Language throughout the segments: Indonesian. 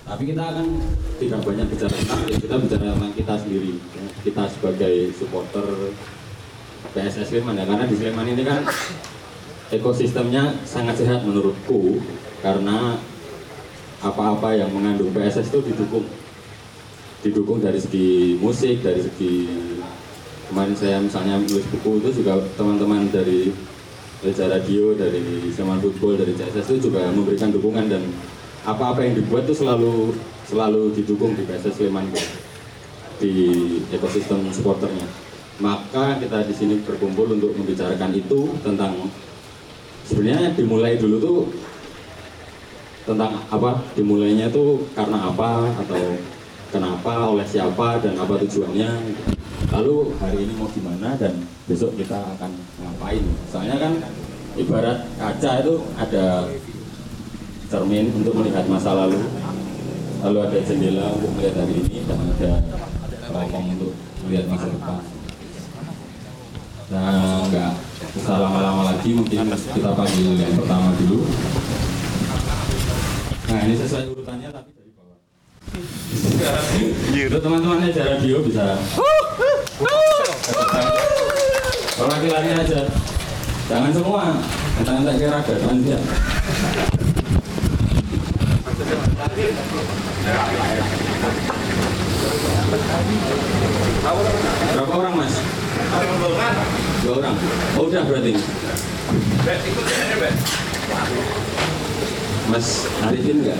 Tapi kita akan tidak banyak bicara tentang kita bicara tentang kita sendiri, kita sebagai supporter PSS Sleman ya, karena di Sleman ini kan ekosistemnya sangat sehat menurutku, karena apa-apa yang mengandung PSS itu didukung dari segi musik, dari segi kemarin saya misalnya menulis buku itu juga teman-teman dari Elja Radio, dari Sleman Football, dari CSS itu juga memberikan dukungan, dan apa-apa yang dibuat itu selalu didukung di PSS Sleman di ekosistem supporternya. Maka kita di sini berkumpul untuk membicarakan itu, tentang sebenarnya dimulai dulu tuh tentang apa, dimulainya tuh karena apa atau kenapa, oleh siapa, dan apa tujuannya. Lalu hari ini mau gimana dan besok kita akan ngapain. Soalnya kan ibarat kaca itu ada cermin untuk melihat masa lalu ada jendela untuk melihat hari ini, dan ada teropong untuk melihat masa depan. Nah, nggak usah lama-lama lagi, mungkin kita panggil yang pertama dulu. Nah, ini sesuai urutannya tapi dari bawah. Untuk teman-teman Elja Radio bisa kalau lari-lari aja, jangan semua entah-entah kira ada teman dia. Berapa orang mas? 2 orang. Oh udah berarti. Mas Arifin nggak?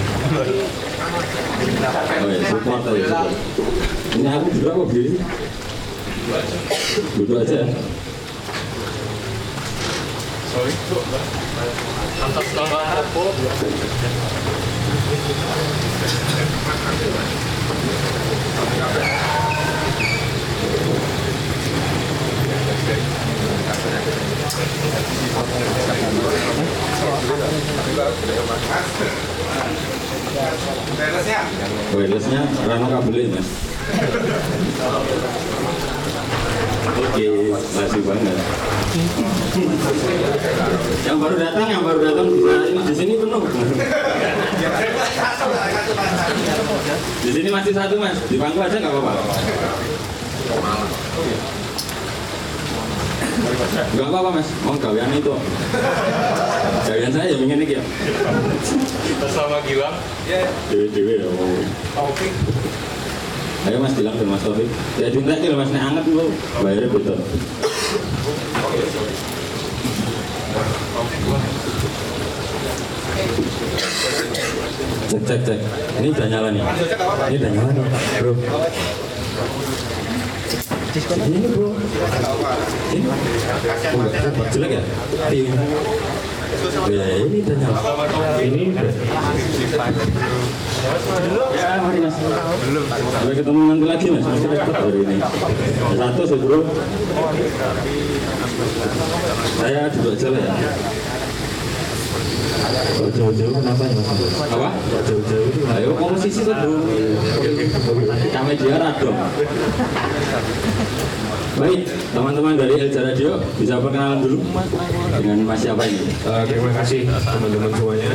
Oh ya, support aja. Ini aku duduk apa berdiri? Duduk aja. Sorry. Atas nama Oppo. Wirelessnya Rano kabelin mas. Oke, masih banget. Yang baru datang bisa ini di sini penuh. Di sini masih satu mas, di bangku aja nggak apa-apa. Nggak apa-apa mas, mau gawean itu. Gawean saya ya ingin ini ya. Kita sama Gilang. Dewe-dewe ya. Oke. Ayo mas Gilang dan mas Taufik. Ya dintek ya mas, nek anget lu bayarnya betul. Cek. Ini udah nyala nih. Ini udah nyala nih, bro. Ini bro. Ini. Oh, jelek ya? Ya ini udah nyala. Ini udah. Ya, mari mas. Sampai ketemu nanti lagi mas. Masih cepat hari ini. Satu sih bro. Saya duduk aja lah ya. Kalau jauh-jauh kenapa ya mas? Apa? Jauh-jauh itu ayo komposisi tuh bro. Kami dia radom. Baik, teman-teman dari Elja Radio bisa perkenalan dulu dengan mas siapa ini? Terima kasih teman-teman semuanya.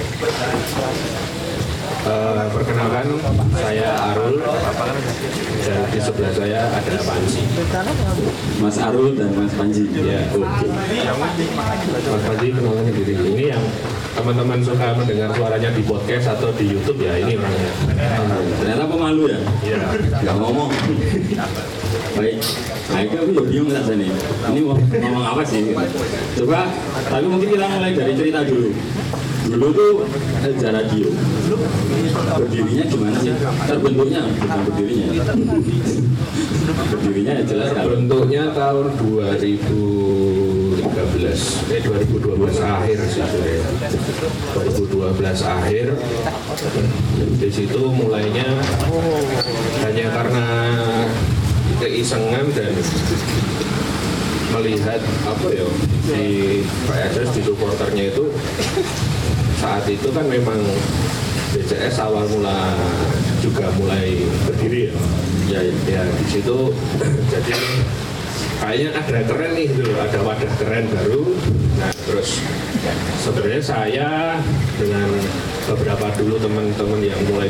Perkenalkan, saya Arul dan di sebelah saya ada Panji. Mas Arul dan Mas Panji. Ya, oke. Mas Panji kenalkan diri. Ini yang teman-teman suka mendengar suaranya di podcast atau di YouTube ya, ini orangnya. Ternyata pemalu ya? Iya. Nggak ngomong. Baik, nah itu aku bingung saja nih. Ini mau ngomong apa sih? Coba, tapi mungkin kita mulai dari cerita dulu. Dulu tuh Elja Radio berdirinya gimana sih? Terbentuknya bukan berdirinya. Berdirinya ya jelas kan. Bentuknya tahun 2012 akhir sih sebenarnya. 2012 akhir. Di situ mulainya hanya karena keisengan dan melihat apa ya di PSS di supporternya itu saat itu kan memang BCS awal mula juga mulai berdiri ya di situ jadi kayaknya ada keren nih gitu, ada wadah keren baru. Nah terus sebenarnya saya dengan beberapa dulu teman-teman yang mulai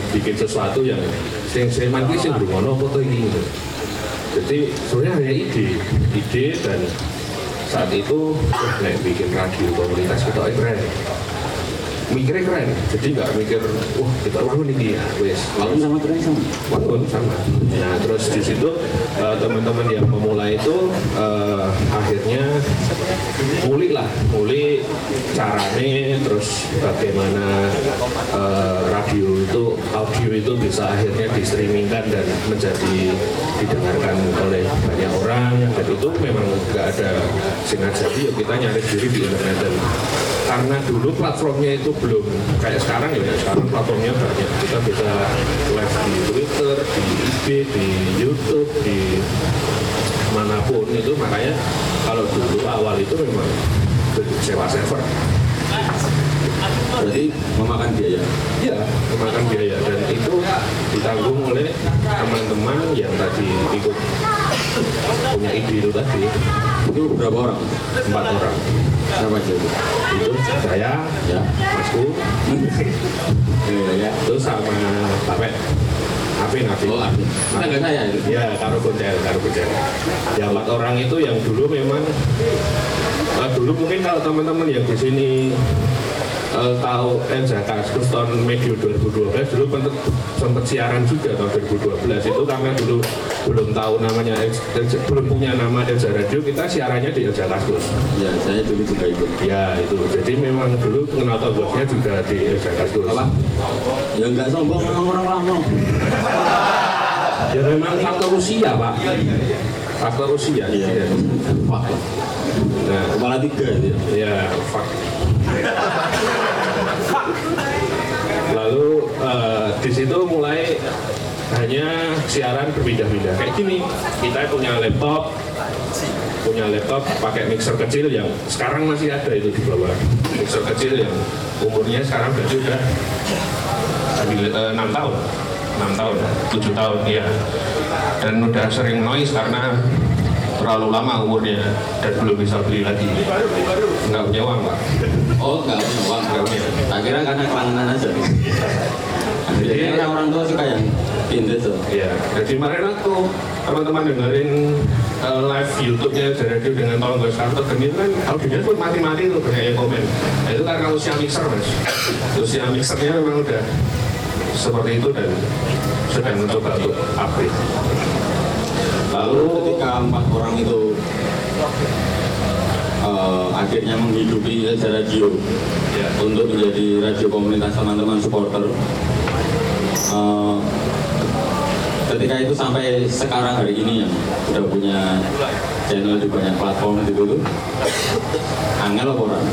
bikin sesuatu yang sing-singan kuwi sing ngono foto ini gitu. Jadi sebenarnya hanya ide dan saat itu bikin radio komunitas kita keren. Mikirnya keren, jadi nggak mikir, wah kita bangun ini ya, wes. Bangun sama keren sama. Bangun sama. Nah terus di situ teman-teman yang memulai itu akhirnya mulai caranya, terus bagaimana audio itu bisa akhirnya di-streamingkan dan menjadi didengarkan oleh banyak orang. Dan itu memang nggak ada sengaja, jadi kita nyari diri di internet. Dan karena dulu platformnya itu belum kayak sekarang ya, sekarang platformnya banyak, kita bisa live di Twitter, di IG, di YouTube, di manapun itu. Makanya kalau dulu awal itu memang sewa server. Berarti memakan biaya? Iya, memakan biaya, dan itu ditanggung oleh teman-teman yang tadi ikut punya ide itu tadi. Itu berapa orang? 4 orang. Siapa aja itu? Itu saya, Ya. Masku, Ya. terus sama Pak Afin. Oh, nggak saya itu. Ya, karo Kuncel. Ya 4 orang itu yang dulu memang dulu mungkin kalau teman-teman yang di sini tahu Elza Kaskus tahun medio 2012 dulu sempat siaran juga tahun 2012 itu, karena dulu belum tahu namanya belum punya nama Elza Radio, kita siarannya di Elza Kaskus. Ya, saya dulu juga ikut. Ya itu, jadi memang dulu kenal bosnya juga di Elza Kaskus. Apa? Ya nggak sombong orang lama. Ya memang faktor usia Pak. Faktor usia. Iya. Wah. Nah, Kepala 3 itu. ya lalu di situ mulai hanya siaran berpindah-pindah kayak gini. Kita punya laptop pakai mixer kecil yang sekarang masih ada itu di bawah, mixer kecil yang umurnya sekarang sudah 6 tahun 7 tahun ya, dan udah sering noise karena terlalu lama umurnya dan belum bisa beli lagi, nggak punya uang Pak. Oh, nggak punya uang. Tak kira karena kelangenan aja. Jadi orang tua suka yang vintage tuh. Ya, jadi kemarin aku teman-teman dengerin live YouTube-nya Radio dengan Tolong Gue Kartu Genit kan, audionya pun mati-mati tuh banyak yang komen. Nah, itu karena usia mixer Mas. Usia mixernya memang udah seperti itu dan sedang mencoba untuk upgrade. Lalu ketika 4 orang itu akhirnya menghidupi Elza Radio Ya. untuk menjadi radio komunitas teman-teman supporter, ketika itu sampai sekarang hari ini yang sudah punya channel di banyak platform gitu tuh, angel apa orang?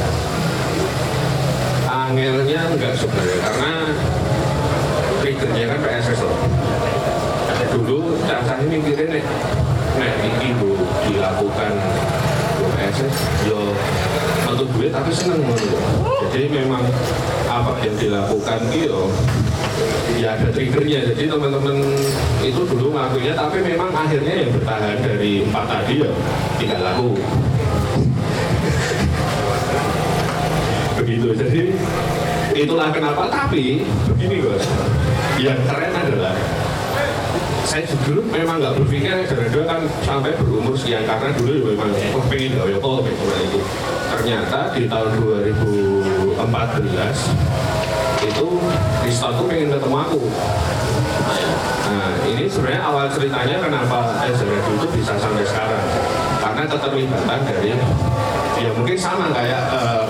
Angelnya enggak sebenarnya, karena triggernya kan PSS loh. Dulu saya mikirin ini dilakukan PSS yo untuk duit tapi seneng gitu. Jadi memang apa yang dilakukan gitu ya ada triggernya. Jadi teman-teman itu dulu ngakunya, tapi memang akhirnya yang bertahan dari 4 tadi ya tidak laku. Begitu, jadi itulah kenapa. Tapi begini Gus, yang keren adalah saya dulu memang nggak berpikir radio kan sampai berumur sekian, karena dulu memang pengen gawe itu. Ternyata di tahun 2014 itu Riston tuh pengen ketemu aku. Nah ini sebenarnya awal ceritanya kenapa radio itu bisa sampai sekarang, karena keterlibatan dari ya mungkin sama kayak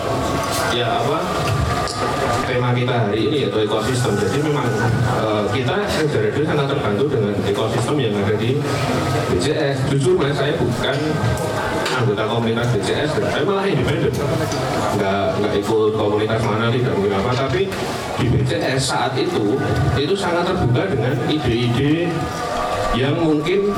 tema kita hari ini yaitu ekosistem. Jadi memang kita Radio sangat terbantu dengan ekosistem yang ada di BCS. Jujur Mas, saya bukan anggota komunitas BCS dan saya malah independen, nggak ikut komunitas mana, tidak mungkin apa. Tapi di BCS saat itu sangat terbuka dengan ide-ide yang mungkin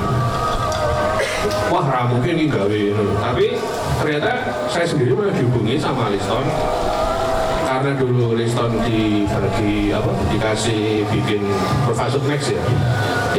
wah mungkin ini gawe. Tapi ternyata saya sendiri malah dihubungi sama Liston, karena dulu Liston dikasih bikin Profesor Max ya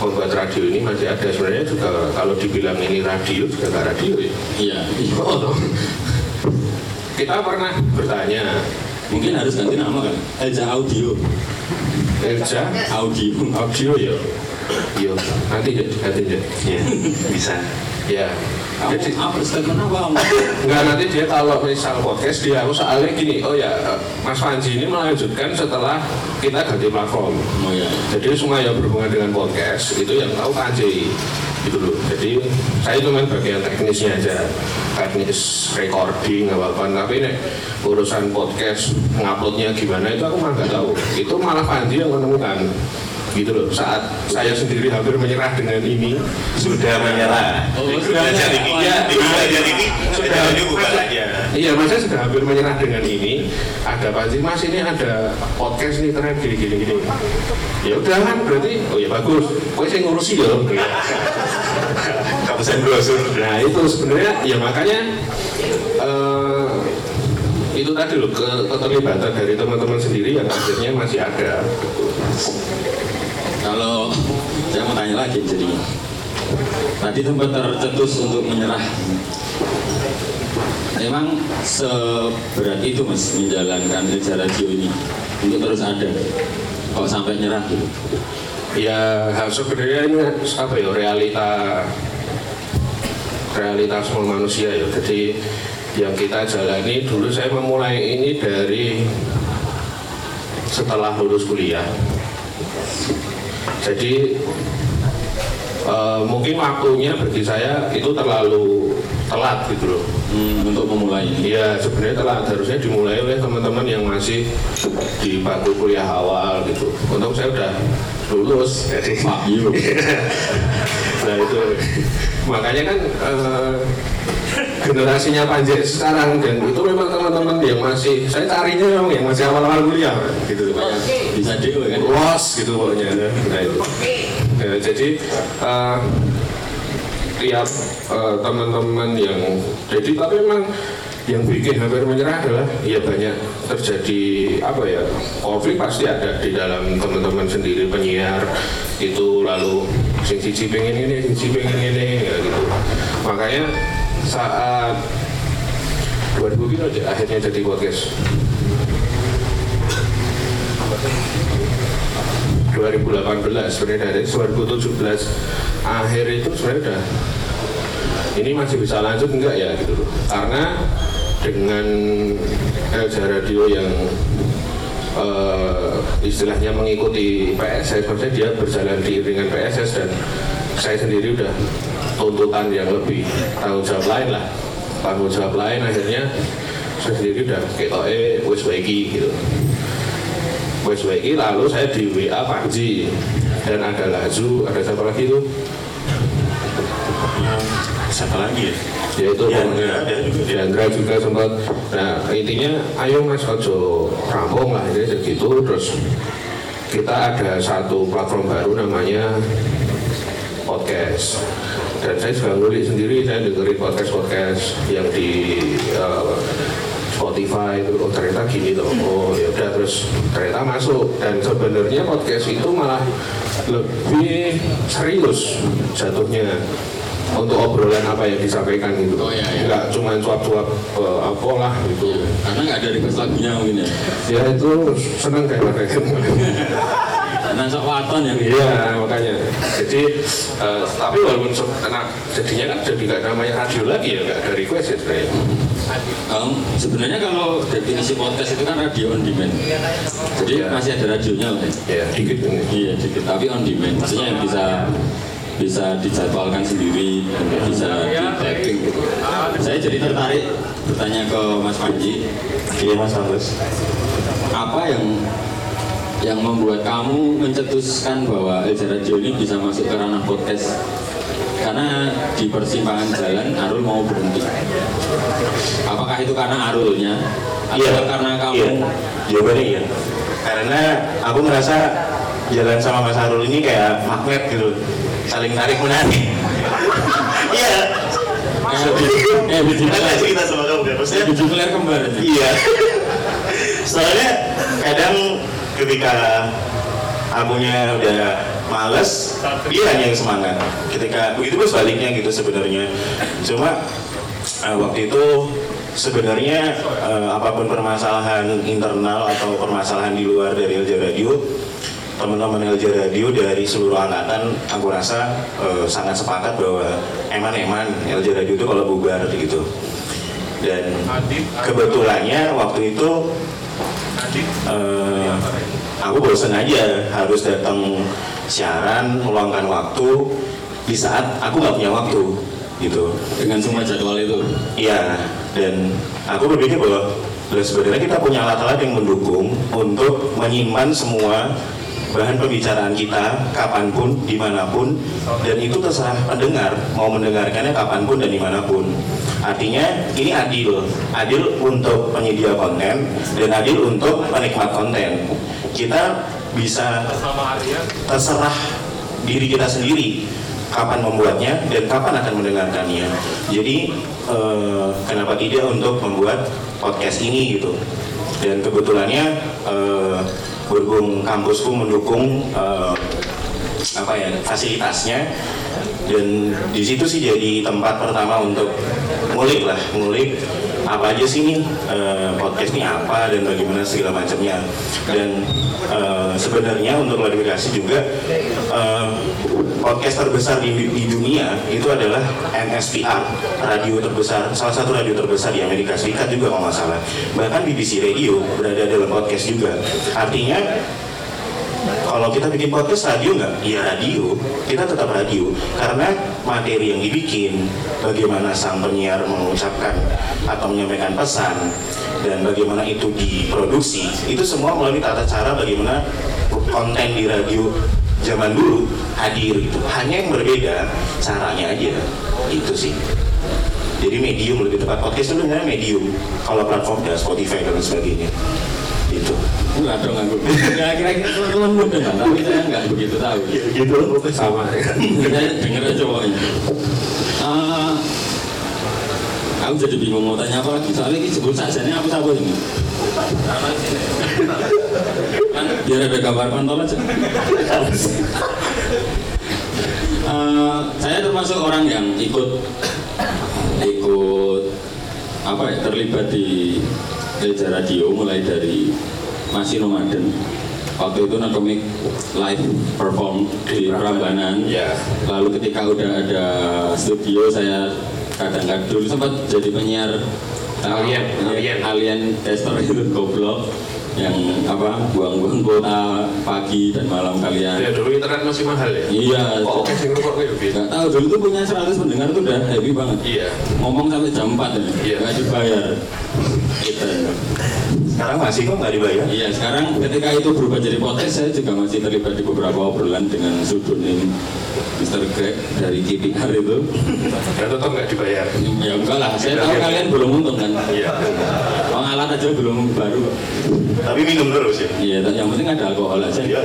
membuat radio ini masih ada. Sebenarnya juga kalau dibilang ini radio juga nggak radio ya. Iya. Kita pernah bertanya, Mungkin harus ganti nama kan? Elja Audio. Elja Audio. ya. Iya, nanti ganti ya. Iya, bisa. Ya. Jadi Apa statement apa? enggak, nanti dia kalau misal podcast dia soalnya gini, oh ya Mas Panji ini melanjutkan setelah kita ganti platform. Oh ya. Jadi semua yang berhubungan dengan podcast itu yang tahu Panji gitu loh. Jadi saya cuma bagian teknisnya aja, teknis recording apa-apa. Tapi nih urusan podcast nguploadnya gimana itu aku malah nggak tahu. Itu malah Panji yang menemukan gitu loh. Saat saya sendiri hampir menyerah dengan ini, Sudah menyerah. Oh, Di sudah belajar menyerah. ini, Iya. di belajar ini sudah buka aja. iya, mas saya sudah hampir menyerah dengan ini. Ada Panji, mas ini ada podcast nih keren gini. Ya udah kan, berarti oh ya bagus. Pokoknya saya ngurusi ya. Kapusan brosur. Nah itu sebenarnya ya makanya itu tadi loh keterlibatan dari teman-teman sendiri yang akhirnya masih ada. Kalau saya mau tanya lagi jadi tadi tempat tercetus untuk menyerah. Emang seberat itu mas menjalankan Elja Radio ini untuk terus ada kok sampai nyerah gitu? Ya sebenarnya ini apa ya realitas semua manusia ya. Jadi yang kita jalani dulu, saya memulai ini dari setelah lulus kuliah. Jadi mungkin waktunya bagi saya itu terlalu telat gitu loh. Untuk memulai ini. Iya sebenarnya telat, harusnya dimulai oleh teman-teman yang masih di bangku kuliah awal gitu. Untung saya udah lulus, jadi Pak Yu. nah itu makanya kan generasinya Panji sekarang, dan itu memang teman-teman yang masih saya carinya memang yang masih awal-awal kuliah gitu. Bisa dewe kan? Los gitu pokoknya. Nah itu. Nah, jadi tiap teman-teman yang jadi tapi memang yang bikin hampir menyerah adalah ya banyak terjadi apa ya, konflik pasti ada di dalam teman-teman sendiri penyiar itu, lalu sing siji pengen ini ya gitu. Makanya saat 2000 gitu aja akhirnya jadi podcast 2018 sebenarnya, dari 2017 akhir itu sebenarnya udah ini masih bisa lanjut enggak ya gitu loh, karena dengan Elja Radio yang istilahnya mengikuti PSS, maksudnya dia berjalan diiringan PSS, dan saya sendiri udah tuntutan yang lebih tanggung jawab lain, akhirnya saya sendiri udah kayak wis baiki gitu. Wes WI, lalu saya di WA Panji dan ada Lazu, ada siapa lagi itu? Siapa lagi ya? Yaitu Diandra juga sempat. Nah intinya ayo mas ojo rampung lah ini segitu. Terus kita ada satu platform baru namanya podcast, dan saya juga ngulik sendiri, saya dengerin podcast yang di Spotify itu, oh ternyata gini tuh, oh ya udah, terus ternyata masuk. Dan sebenarnya podcast itu malah lebih serius jatuhnya untuk obrolan apa yang disampaikan gitu. Oh, iya. Nggak cuma cuap-cuap apa lah gitu. Karena nggak ada request lagunya mungkin ya. Ya itu seneng kayak mereka. Nah sok waton ya. Iya makanya. Jadi tapi walaupun jadinya kan jadi nggak namanya radio lagi ya, nggak ada request ya sebenarnya. Sebenarnya kalau definisi podcast itu kan radio on demand. Jadi Ya. masih ada radionya lah. Ya dikit ini. Iya dikit, tapi on demand. Maksudnya yang bisa dijadwalkan sendiri, bisa di tapping gitu. Saya jadi tertarik bertanya ke Mas Panji. Iya Mas Agus. Apa yang membuat kamu mencetuskan bahwa Elja Radio ini bisa masuk ke ranah podcast? Karena di persimpangan jalan Arul mau berhenti. Apakah itu karena Arulnya? Atau karena kamu? Iya. Jawabannya iya. Karena aku merasa jalan sama Mas Arul ini kayak magnet gitu, saling tarik menarik. Iya. Ada cerita sama kamu kan? Maksudnya Biji peler kembar aja. iya. Soalnya kadang ketika akunya udah males, dia hanya yang semangat. Ketika begitu pun sebaliknya gitu sebenarnya. Cuma waktu itu sebenarnya apapun permasalahan internal atau permasalahan di luar dari LJ Radio, teman-teman LJ Radio dari seluruh angkatan aku rasa sangat sepakat bahwa eman-eman LJ Radio itu kalau bubar gitu. Dan kebetulannya waktu itu aku bosan aja harus datang siaran, meluangkan waktu di saat aku nggak punya waktu gitu. Dengan semua jadwal itu. Iya, dan aku berpikir bahwa sebenarnya kita punya alat-alat yang mendukung untuk menyimpan semua bahan pembicaraan kita kapanpun, dimanapun, dan itu terserah pendengar mau mendengarkannya kapanpun dan dimanapun. Artinya ini adil untuk penyedia konten dan adil untuk penikmat konten. Kita bisa terserah diri kita sendiri kapan membuatnya dan kapan akan mendengarkannya. Jadi kenapa tidak untuk membuat podcast ini gitu. Dan kebetulannya berhubung kampusku mendukung fasilitasnya, dan di situ sih jadi tempat pertama untuk ngulik apa aja sih nih podcast ini apa dan bagaimana segala macamnya. Dan sebenarnya untuk klarifikasi juga podcast terbesar di dunia itu adalah NSPR, radio terbesar, salah satu radio terbesar di Amerika Serikat juga kalau nggak salah. Bahkan BBC Radio berada dalam podcast juga. Artinya kalau kita bikin podcast radio nggak? Iya radio, kita tetap radio karena materi yang dibikin, bagaimana sang penyiar mengucapkan atau menyampaikan pesan, dan bagaimana itu diproduksi, itu semua melalui tata cara bagaimana konten di radio zaman dulu hadir gitu. Hanya yang berbeda caranya aja, itu sih. Jadi medium lebih tepat, podcast itu sebenarnya medium. Kalau platform ya Spotify dan sebagainya, itu. Enggak dong aku. Kira-kira teman muda kan, tapi saya nggak begitu tahu. Ya, gitu sama. Saya dengar aja pokoknya. Aku jadi bingung mau tanya apa lagi, soalnya ini sebut sajanya apa ini? Kan biar ada gambar kontol aja. Saya termasuk orang yang ikut terlibat di LJ Radio mulai dari masih nomaden. Waktu itu Nakomik live perform di Prambanan. Lalu ketika udah ada studio, saya kadang-kadang dulu sempat jadi penyiar alien tester itu goblok yang buang-buang kuota pagi dan malam kalian. Ya dulu internet masih mahal ya? Iya. Kok oke sih kok gitu? Gak tahu dulu tuh punya 100 pendengar tuh udah happy banget. Iya. Ngomong sampai jam 4 ya. Iya. Gak dibayar. Gitu. Sekarang masih kok nggak dibayar? Iya, sekarang ketika itu berubah jadi podcast, saya juga masih terlibat di beberapa obrolan dengan pseudonym Mr. Greg dari KPR itu. Dan tetap nggak dibayar? Ya enggak lah, saya tahu kalian belum untung kan. Iya. Alat aja belum baru. Tapi minum terus ya? Iya, yang penting ada alkohol aja. Iya.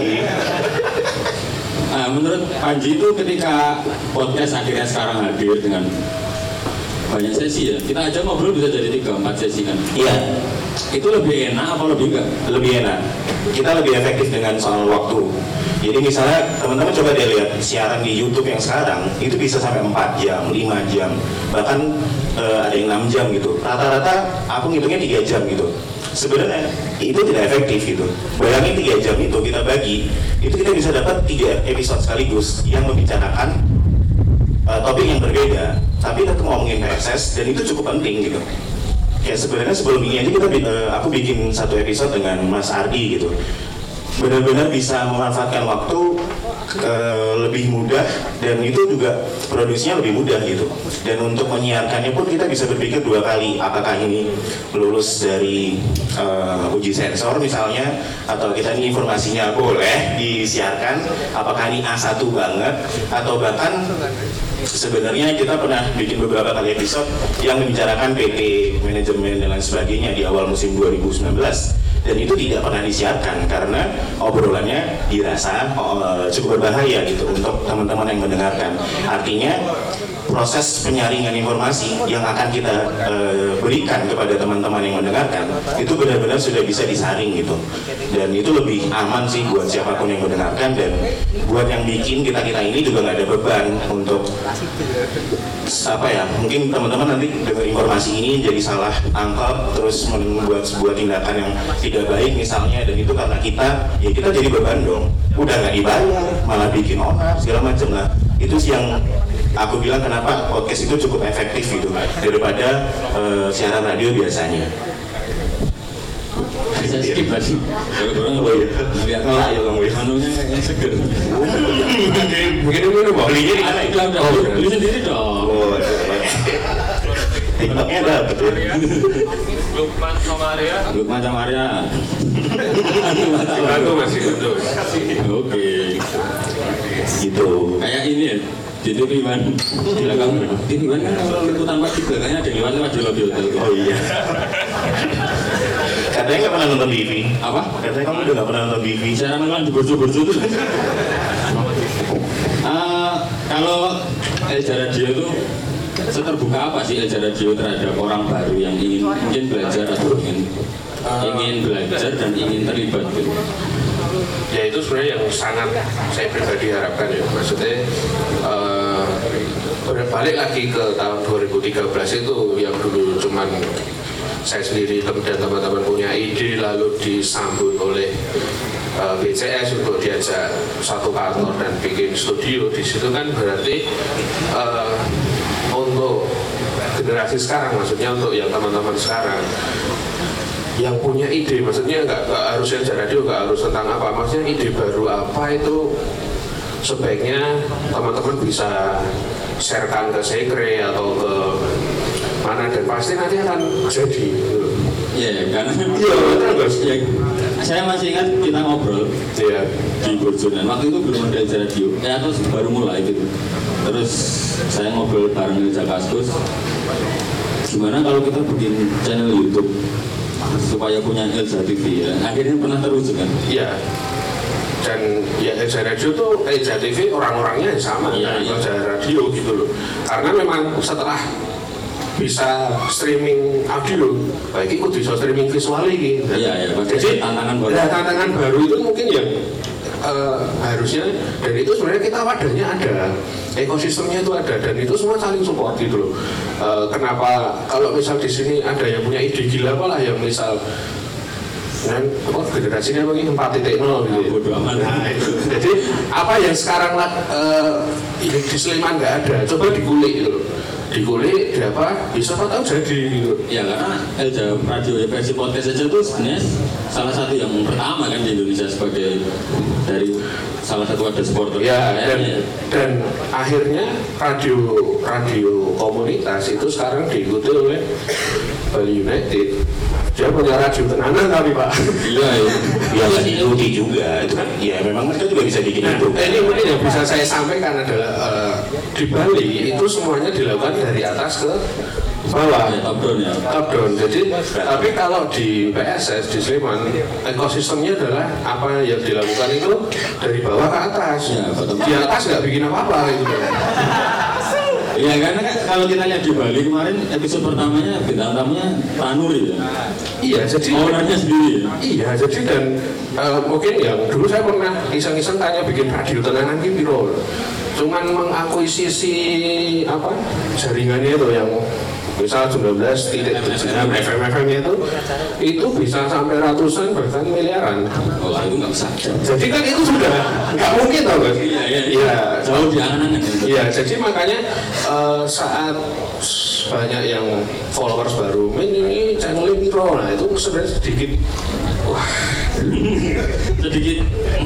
Nah, menurut Panji itu ketika podcast akhirnya sekarang hadir dengan banyak sesi ya, kita aja ngobrol bisa jadi 3-4 sesi kan. Iya. Itu lebih enak apa lebih enggak? Lebih enak. Kita lebih efektif dengan soal waktu. Jadi misalnya teman-teman coba deh lihat siaran di YouTube yang sekarang itu bisa sampai 4 jam, 5 jam, bahkan ada yang 6 jam gitu. Rata-rata aku ngitungnya 3 jam gitu. Sebenarnya itu tidak efektif gitu. Bayangin 3 jam itu kita bagi, itu kita bisa dapat 3 episode sekaligus yang membicarakan topik yang berbeda, tapi tetap ngomongin PSS dan itu cukup penting gitu. Ya sebenarnya sebelum ini aja aku bikin satu episode dengan Mas Ardi gitu. Benar-benar bisa memanfaatkan waktu lebih mudah dan itu juga produksinya lebih mudah gitu. Dan untuk menyiarkannya pun kita bisa berpikir 2 kali, apakah ini lulus dari uji sensor misalnya, atau kita ini informasinya boleh disiarkan, apakah ini A1 banget, atau bahkan sebenarnya kita pernah bikin beberapa kali episode yang membicarakan PT, manajemen dan lain sebagainya di awal musim 2019. dan itu tidak pernah disiarkan karena obrolannya dirasa cukup berbahaya gitu untuk teman-teman yang mendengarkan. Artinya proses penyaringan informasi yang akan kita berikan kepada teman-teman yang mendengarkan itu benar-benar sudah bisa disaring gitu, dan itu lebih aman sih buat siapapun yang mendengarkan, dan buat yang bikin kita ini juga nggak ada beban untuk apa ya, mungkin teman-teman nanti dengar informasi ini jadi salah angkap terus membuat sebuah tindakan yang tidak baik misalnya, dan itu karena kita jadi beban dong, udah nggak dibayar malah bikin onar segala macam lah. Itu sih yang aku bilang kenapa podcast itu cukup efektif gitu daripada siaran radio biasanya. Bisa skip lagi. Oh iya, lihat ngelak ya kamu ya. Manunya kayak seger. Mungkin ini belinya di mana? Beli sendiri dong. Oh, TikToknya dapet ya. Lukman sama Arya. Lukman sama Arya. Itu masih itu. Oke. Gitu. Kayak ini ya. Di TV One di belakang TV One kan kalau liputan pagi belakangnya ada lewat di lobby hotel. Oh iya. Katanya nggak pernah nonton TV. Apa? Katanya kamu udah nggak pernah nonton TV. Cara nonton di borso-borso itu. Kalau Elja Radio itu seterbuka apa sih Elja Radio terhadap orang baru yang ingin mungkin belajar atau ingin belajar dan ingin terlibat gitu? Ya itu sebenarnya yang sangat saya pribadi harapkan ya, maksudnya balik lagi ke tahun 2013 itu yang dulu cuman saya sendiri dan teman-teman punya ide lalu disambut oleh BCS untuk diajak satu kantor dan bikin studio di situ kan berarti untuk generasi sekarang, maksudnya untuk yang teman-teman sekarang yang punya ide, maksudnya nggak harus yang radio, nggak harus tentang apa, maksudnya ide baru apa itu sebaiknya teman-teman bisa sharekan ke Sekre atau ke mana, dan pasti nanti akan jadi. Iya, karena betul, ya, saya masih ingat kita ngobrol ya. di Borjonan. Waktu itu belum ada Elja Radio, atau baru mulai gitu. Terus saya ngobrol bareng Elja Kaskus, gimana kalau kita bikin channel YouTube supaya punya Elja TV ya. Akhirnya pernah terwujud kan? Iya. Dan ya Elja Radio tuh Elja TV orang-orangnya sama iya, dengan Elja Radio gitu loh. Karena memang setelah bisa streaming audio, baik ikut bisa streaming visual lagi. Iya, Jadi tantangan baru. Ya, tantangan baru itu mungkin yang harusnya, dan itu sebenarnya kita wadahnya ada, ekosistemnya itu ada, dan itu semua saling support gitu loh. Kenapa kalau misal di sini ada yang punya ide gila apalah, yang misal generasinya begini 4.0 gitu. Nah, itu. Jadi apa yang sekarang di Sleman nggak ada, coba dikulik gitu. Dikulik, apa bisa tahu jadi gitu. Ya karena Elja Radio versi podcast aja tuh sebenarnya salah satu yang pertama kan di Indonesia sebagai dari salah satu ada supporter. Ya, dan akhirnya radio komunitas itu sekarang diikuti oleh Bali United. Dia punya radio tenanan tapi Pak. Iya, Ya nggak diikuti juga, itu kan. Ya memang mereka juga bisa bikin itu. Ini mungkin yang bisa saya sampaikan adalah di Bali itu semuanya dilakukan dari atas ke bawah, top down ya. Top down. Jadi tapi kalau di PSS di Sleman ekosistemnya adalah apa yang dilakukan itu dari bawah ke atas. Ya, Di atas nggak bikin apa-apa gitu. Ya karena kan kalau kita lihat di Bali kemarin episode pertamanya bintang tamunya Tanuri ya. Iya, jadi ownernya sendiri. Iya, jadi dan mungkin yang dulu saya pernah iseng-iseng tanya bikin radio tenanan ki piro. Cuman mengakuisisi apa jaringannya itu yang misal 19.7 FM itu bisa sampai ratusan bahkan miliaran. Oh itu nggak bisa. Jadi kan itu sudah nggak mungkin tau kan? Iya, jauh di angan-angan. Iya, jadi makanya saat banyak yang followers baru, ini channelnya piro, nah itu sebenarnya sedikit, wah, sedikit.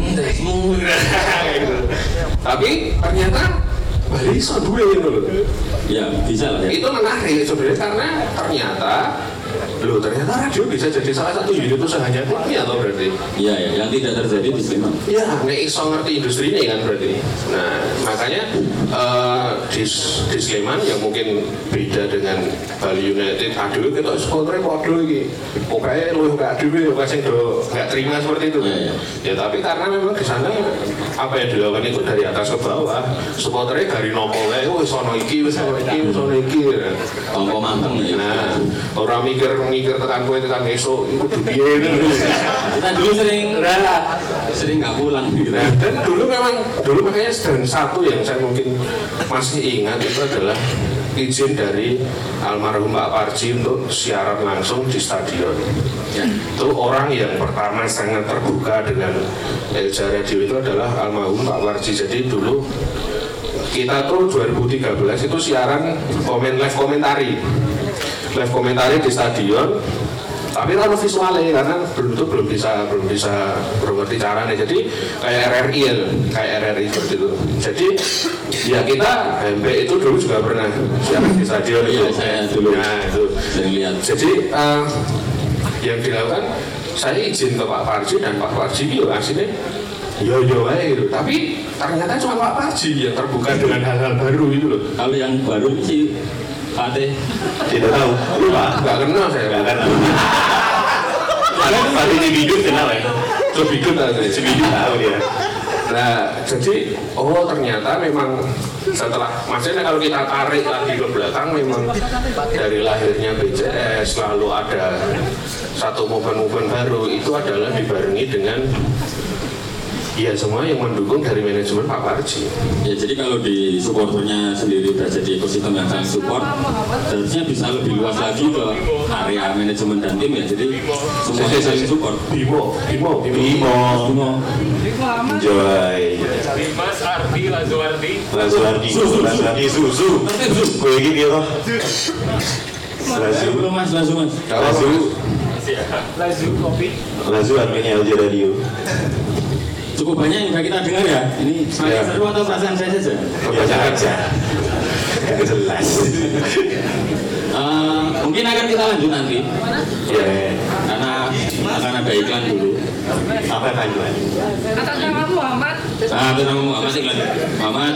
Tapi ternyata Bali bisa duwe gitu loh. Ya bisa lah ya. Itu menarik sebenarnya karena ternyata Loh ternyata radio bisa jadi salah satu unit usahanya Kami atau berarti? Iya ya, yang tidak terjadi di Sleman. Ya, nek iso ngerti industri ini kan berarti. Nah, makanya di Sleman yang mungkin beda dengan Bali United, aduh kita supporternya podo iki. Pokoknya lu gak aduh, kasih do gak terima seperti itu. Ya, tapi karena memang di sana apa yang dilakukan itu dari atas ke bawah. Supporternya dari nopo wae, wis ono iki, wis ono iki, wis ono iki. Tompo manteng ya. Nah, orang mikir tekan kowe tekan esuk iku kudu piye. Kita dulu sering nggak pulang gitu. Nah, dan dulu makanya dan satu yang saya mungkin masih ingat itu adalah izin dari almarhum Pak Parji untuk siaran langsung di stadion. Ya, itu orang yang pertama sangat terbuka dengan Elja Radio itu adalah almarhum Pak Parji. Jadi dulu kita tuh 2013 itu siaran live komentari di stadion. Tapi kalau visualnya karena belum bisa ngerti caranya. Jadi kayak RRI seperti itu. Jadi ya kita MP itu dulu juga pernah siaran di stadion itu. Saya dulu. Nah, itu sering lihat. Jadi yang dilakukan saya izin ke Pak Parji dan Pak Parji itu aslinya yo gitu. Tapi ternyata cuma Pak Parji yang terbuka dengan hal-hal baru itu loh. Kalau yang baru sih Fatih Tidak tahu. Nggak kenal saya. Nggak kenal. Fatih Cibidut kenal ya? Cibidut aja. Cibidut tahu dia. Nah, jadi ternyata memang setelah maksudnya kalau kita tarik lagi ke belakang memang dari lahirnya BCS lalu ada satu momen-momen baru itu adalah dibarengi dengan ya semua yang mendukung dari manajemen Pak Parji. Ya jadi kalau di supporternya sendiri udah jadi ekosistem yang saling support, harusnya bisa lebih luas lagi ke area manajemen dan tim ya. Jadi semuanya saling support. Bimo. Enjoy. Dimas Ardi Lazuardi. Susu. Gue gitu loh. Belum mas. Lazu artinya LJ Radio. Cukup banyak yang sudah kita dengar ya. Ini semakin seru atau perasaan saya saja? Biasa aja. Gak jelas. Mungkin akan kita lanjut nanti. Ya. Karena akan ada iklan dulu. Apa iklan? Atas nama Muhammad. Atas nama Muhammad iklan. Muhammad.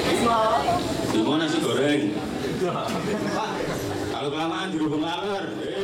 Bimo nasi goreng. Kalau kelamaan dirubung laler.